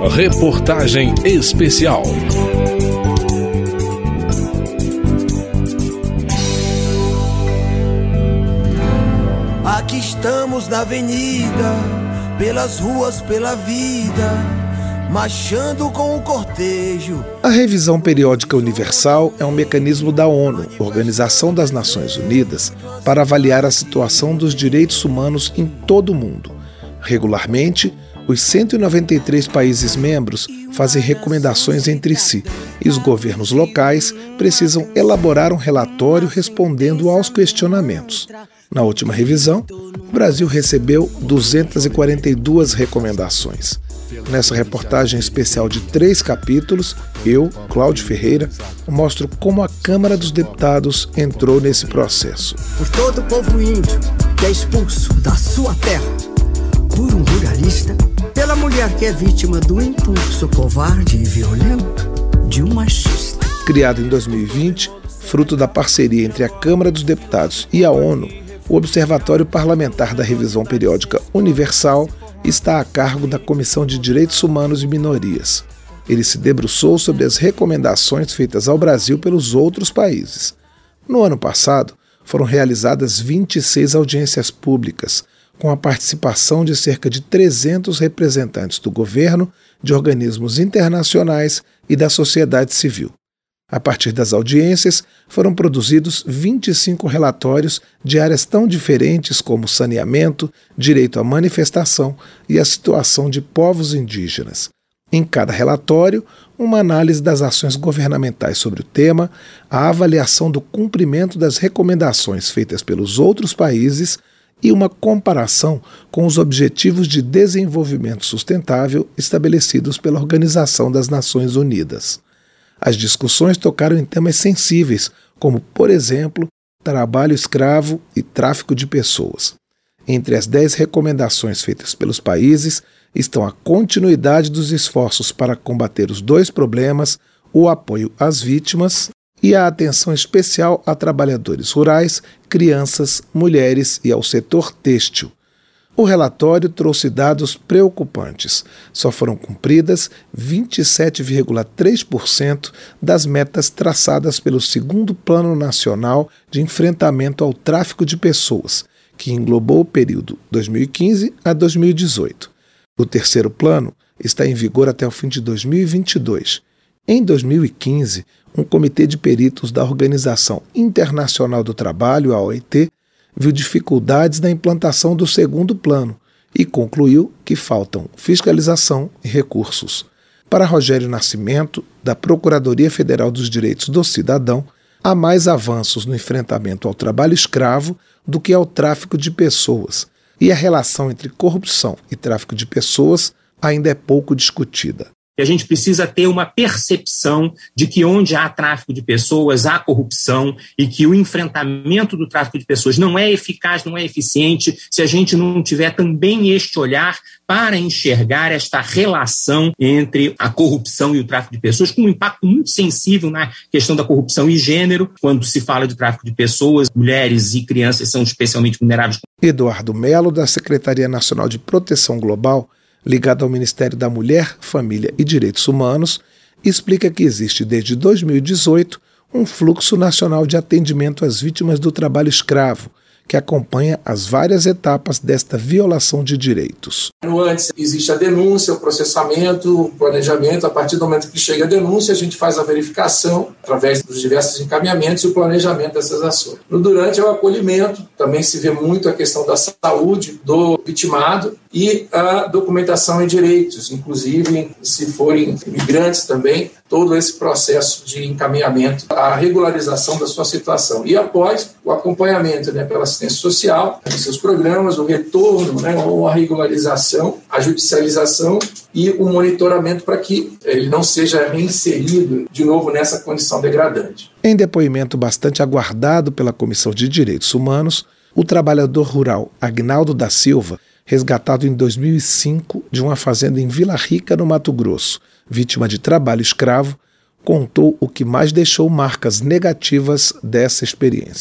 Reportagem especial. Aqui estamos na avenida, pelas ruas, pela vida, marchando com o cortejo. A Revisão Periódica Universal é um mecanismo da ONU, Organização das Nações Unidas, para avaliar a situação dos direitos humanos em todo o mundo. Regularmente, os 193 países membros fazem recomendações entre si e os governos locais precisam elaborar um relatório respondendo aos questionamentos. Na última revisão, o Brasil recebeu 242 recomendações. Nessa reportagem especial de 3 capítulos, eu, Cláudio Ferreira, mostro como a Câmara dos Deputados entrou nesse processo. Por todo o povo índio que é expulso da sua terra, por um ruralista, pela mulher que é vítima do impulso covarde e violento de um machista. Criado em 2020, fruto da parceria entre a Câmara dos Deputados e a ONU, o Observatório Parlamentar da Revisão Periódica Universal está a cargo da Comissão de Direitos Humanos e Minorias. Ele se debruçou sobre as recomendações feitas ao Brasil pelos outros países. No ano passado, foram realizadas 26 audiências públicas, com a participação de cerca de 300 representantes do governo, de organismos internacionais e da sociedade civil. A partir das audiências, foram produzidos 25 relatórios de áreas tão diferentes como saneamento, direito à manifestação e a situação de povos indígenas. Em cada relatório, uma análise das ações governamentais sobre o tema, a avaliação do cumprimento das recomendações feitas pelos outros países e uma comparação com os Objetivos de Desenvolvimento Sustentável estabelecidos pela Organização das Nações Unidas. As discussões tocaram em temas sensíveis, como, por exemplo, trabalho escravo e tráfico de pessoas. Entre as 10 recomendações feitas pelos países estão a continuidade dos esforços para combater os 2 problemas, o apoio às vítimas e a atenção especial a trabalhadores rurais, crianças, mulheres e ao setor têxtil. O relatório trouxe dados preocupantes. Só foram cumpridas 27,3% das metas traçadas pelo 2º Plano Nacional de Enfrentamento ao Tráfico de Pessoas, que englobou o período 2015 a 2018. O 3º plano está em vigor até o fim de 2022. Em 2015, um comitê de peritos da Organização Internacional do Trabalho, a OIT, viu dificuldades na implantação do 2º plano e concluiu que faltam fiscalização e recursos. Para Rogério Nascimento, da Procuradoria Federal dos Direitos do Cidadão, há mais avanços no enfrentamento ao trabalho escravo do que ao tráfico de pessoas, e a relação entre corrupção e tráfico de pessoas ainda é pouco discutida. A gente precisa ter uma percepção de que onde há tráfico de pessoas, há corrupção e que o enfrentamento do tráfico de pessoas não é eficaz, não é eficiente, se a gente não tiver também este olhar para enxergar esta relação entre a corrupção e o tráfico de pessoas, com um impacto muito sensível na questão da corrupção e gênero. Quando se fala de tráfico de pessoas, mulheres e crianças são especialmente vulneráveis. Eduardo Melo, da Secretaria Nacional de Proteção Global, ligado ao Ministério da Mulher, Família e Direitos Humanos, explica que existe desde 2018 um fluxo nacional de atendimento às vítimas do trabalho escravo, que acompanha as várias etapas desta violação de direitos. Antes existe a denúncia, o processamento, o planejamento. A partir do momento que chega a denúncia, a gente faz a verificação através dos diversos encaminhamentos e o planejamento dessas ações. No durante é o acolhimento, também se vê muito a questão da saúde do vitimado e a documentação e direitos, inclusive se forem imigrantes também, todo esse processo de encaminhamento, a regularização da sua situação. E após o acompanhamento pela assistência social, seus programas, o retorno, ou a regularização, a judicialização e o monitoramento para que ele não seja reinserido de novo nessa condição degradante. Em depoimento bastante aguardado pela Comissão de Direitos Humanos, o trabalhador rural Agnaldo da Silva, resgatado em 2005 de uma fazenda em Vila Rica, no Mato Grosso, vítima de trabalho escravo, contou o que mais deixou marcas negativas dessa experiência.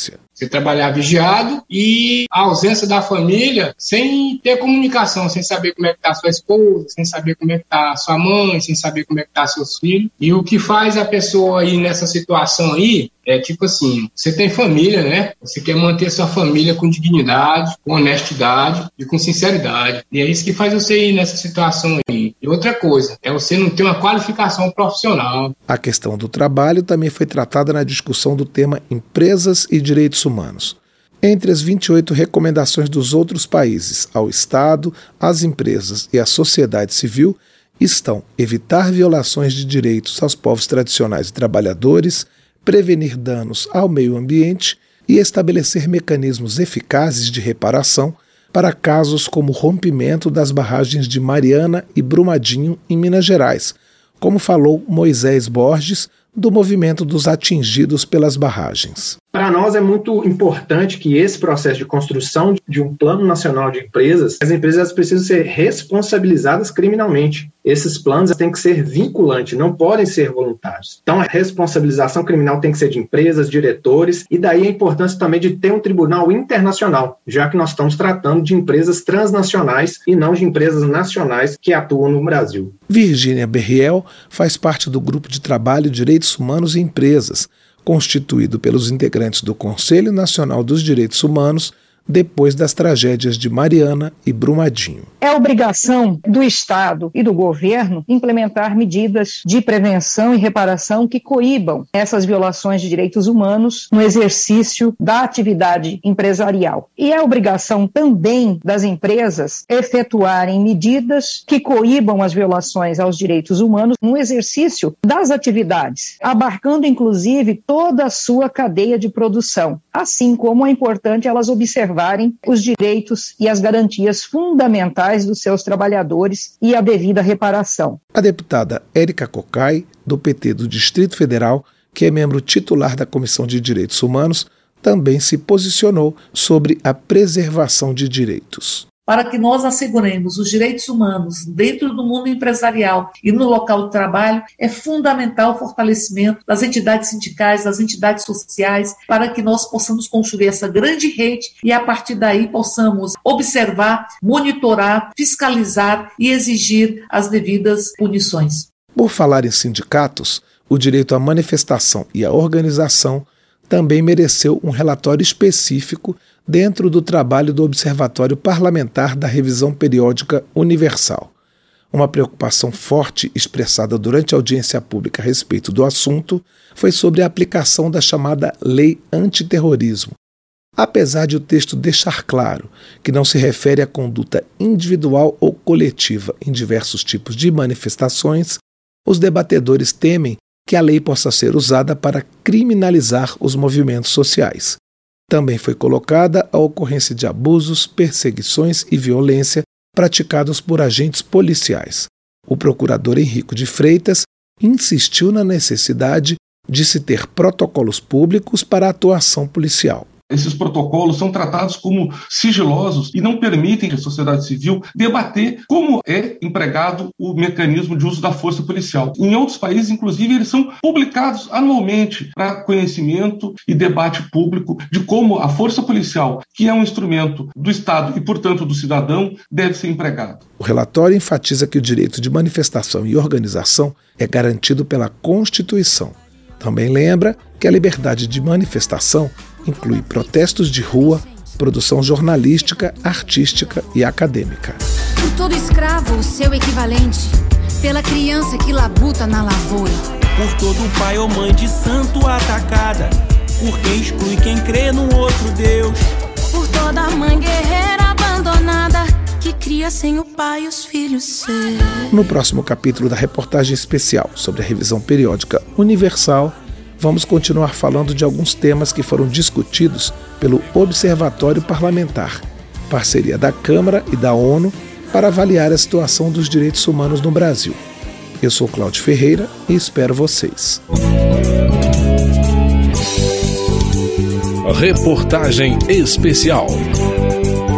Você trabalhar vigiado e a ausência da família sem ter comunicação, sem saber como é que está sua esposa, sem saber como é que está sua mãe, sem saber como é que está seus filhos. E o que faz a pessoa aí nessa situação aí é tipo assim, você tem família, né? Você quer manter sua família com dignidade, com honestidade e com sinceridade. E é isso que faz você ir nessa situação aí. E outra coisa, é você não ter uma qualificação profissional. A questão do trabalho também foi tratada na discussão do tema Empresas e Direitos Humanos. Entre as 28 recomendações dos outros países ao Estado, às empresas e à sociedade civil estão evitar violações de direitos aos povos tradicionais e trabalhadores, prevenir danos ao meio ambiente e estabelecer mecanismos eficazes de reparação para casos como o rompimento das barragens de Mariana e Brumadinho, em Minas Gerais, como falou Moisés Borges, do movimento dos atingidos pelas barragens. Para nós é muito importante que esse processo de construção de um plano nacional de empresas, as empresas precisam ser responsabilizadas criminalmente. Esses planos têm que ser vinculantes, não podem ser voluntários. Então a responsabilização criminal tem que ser de empresas, diretores, e daí a importância também de ter um tribunal internacional, já que nós estamos tratando de empresas transnacionais e não de empresas nacionais que atuam no Brasil. Virgínia Berriel faz parte do Grupo de Trabalho Direitos Humanos e Empresas, constituído pelos integrantes do Conselho Nacional dos Direitos Humanos, depois das tragédias de Mariana e Brumadinho. É obrigação do Estado e do governo implementar medidas de prevenção e reparação que coíbam essas violações de direitos humanos no exercício da atividade empresarial. E é obrigação também das empresas efetuarem medidas que coíbam as violações aos direitos humanos no exercício das atividades, abarcando inclusive toda a sua cadeia de produção, assim como é importante elas observarem os direitos e as garantias fundamentais dos seus trabalhadores e a devida reparação. A deputada Érica Cocai, do PT do Distrito Federal, que é membro titular da Comissão de Direitos Humanos, também se posicionou sobre a preservação de direitos. Para que nós asseguremos os direitos humanos dentro do mundo empresarial e no local de trabalho, é fundamental o fortalecimento das entidades sindicais, das entidades sociais, para que nós possamos construir essa grande rede e, a partir daí, possamos observar, monitorar, fiscalizar e exigir as devidas punições. Por falar em sindicatos, o direito à manifestação e à organização também mereceu um relatório específico dentro do trabalho do Observatório Parlamentar da Revisão Periódica Universal. Uma preocupação forte expressada durante a audiência pública a respeito do assunto foi sobre a aplicação da chamada Lei Antiterrorismo. Apesar de o texto deixar claro que não se refere à conduta individual ou coletiva em diversos tipos de manifestações, os debatedores temem que a lei possa ser usada para criminalizar os movimentos sociais. Também foi colocada a ocorrência de abusos, perseguições e violência praticados por agentes policiais. O procurador Henrico de Freitas insistiu na necessidade de se ter protocolos públicos para a atuação policial. Esses protocolos são tratados como sigilosos e não permitem que a sociedade civil debater como é empregado o mecanismo de uso da força policial. Em outros países, inclusive, eles são publicados anualmente para conhecimento e debate público de como a força policial, que é um instrumento do Estado e, portanto, do cidadão, deve ser empregado. O relatório enfatiza que o direito de manifestação e organização é garantido pela Constituição. Também lembra que a liberdade de manifestação inclui protestos de rua, produção jornalística, artística e acadêmica. Por todo escravo, o seu equivalente, pela criança que labuta na lavoura. Por todo pai ou mãe de santo atacada, por quem exclui quem crê num outro Deus. Por toda mãe guerreira abandonada, que cria sem o pai os filhos seus. No próximo capítulo da reportagem especial sobre a revisão periódica universal, vamos continuar falando de alguns temas que foram discutidos pelo Observatório Parlamentar, parceria da Câmara e da ONU para avaliar a situação dos direitos humanos no Brasil. Eu sou Cláudio Ferreira e espero vocês. Reportagem especial.